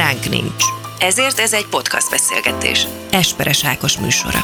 Kameránk nincs. Ezért ez egy podcast beszélgetés. Esperes Ákos műsora.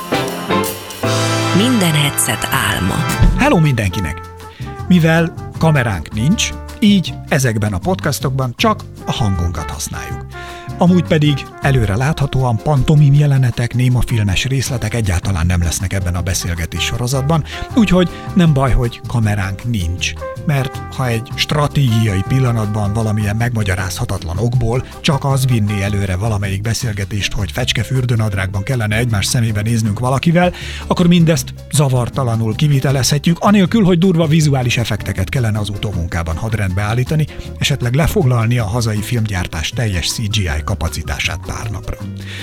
Minden headset álma. Hello mindenkinek! Mivel kameránk nincs, így ezekben a podcastokban csak a hangunkat használjuk. Amúgy pedig előre láthatóan pantomim jelenetek, némafilmes részletek egyáltalán nem lesznek ebben a beszélgetés sorozatban, úgyhogy nem baj, hogy kameránk nincs. Mert ha egy stratégiai pillanatban valamilyen megmagyarázhatatlan okból csak az vinné előre valamelyik beszélgetést, hogy fecske fürdőnadrágban kellene egymás szemébe néznünk valakivel, akkor mindezt zavartalanul kivitelezhetjük, anélkül, hogy durva vizuális effekteket kellene az utómunkában hadrendbe állítani, esetleg lefoglalni a hazai filmgyártás teljes CGI kapacitását pár napra.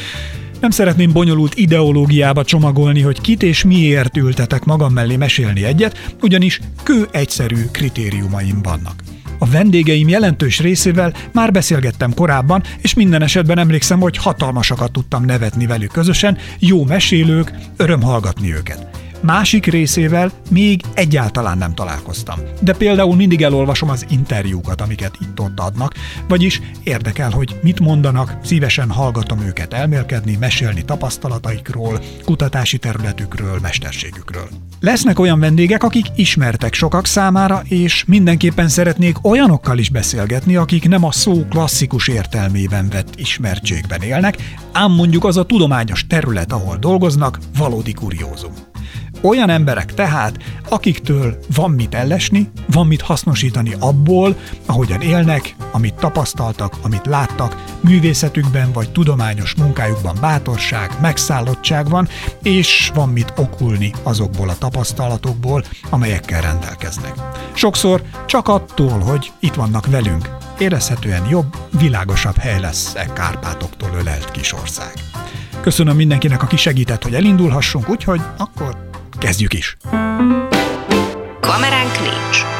Nem szeretném bonyolult ideológiába csomagolni, hogy kit és miért ültetek magam mellé mesélni egyet, ugyanis kőegyszerű kritériumaim vannak. A vendégeim jelentős részével már beszélgettem korábban, és minden esetben emlékszem, hogy hatalmasakat tudtam nevetni velük közösen, jó mesélők, öröm hallgatni őket. Másik részével még egyáltalán nem találkoztam. De például mindig elolvasom az interjúkat, amiket itt-ott adnak, vagyis érdekel, hogy mit mondanak, szívesen hallgatom őket elmélkedni, mesélni tapasztalataikról, kutatási területükről, mesterségükről. Lesznek olyan vendégek, akik ismertek sokak számára, és mindenképpen szeretnék olyanokkal is beszélgetni, akik nem a szó klasszikus értelmében vett ismertségben élnek, ám mondjuk az a tudományos terület, ahol dolgoznak, valódi kuriózum. Olyan emberek tehát, akiktől van mit ellesni, van mit hasznosítani abból, ahogyan élnek, amit tapasztaltak, amit láttak, művészetükben vagy tudományos munkájukban bátorság, megszállottság van, és van mit okulni azokból a tapasztalatokból, amelyekkel rendelkeznek. Sokszor csak attól, hogy itt vannak velünk, érezhetően jobb, világosabb hely lesz e Kárpátoktól ölelt kis ország. Köszönöm mindenkinek, aki segített, hogy elindulhassunk, úgyhogy akkor kezdjük is! Kameránk nincs.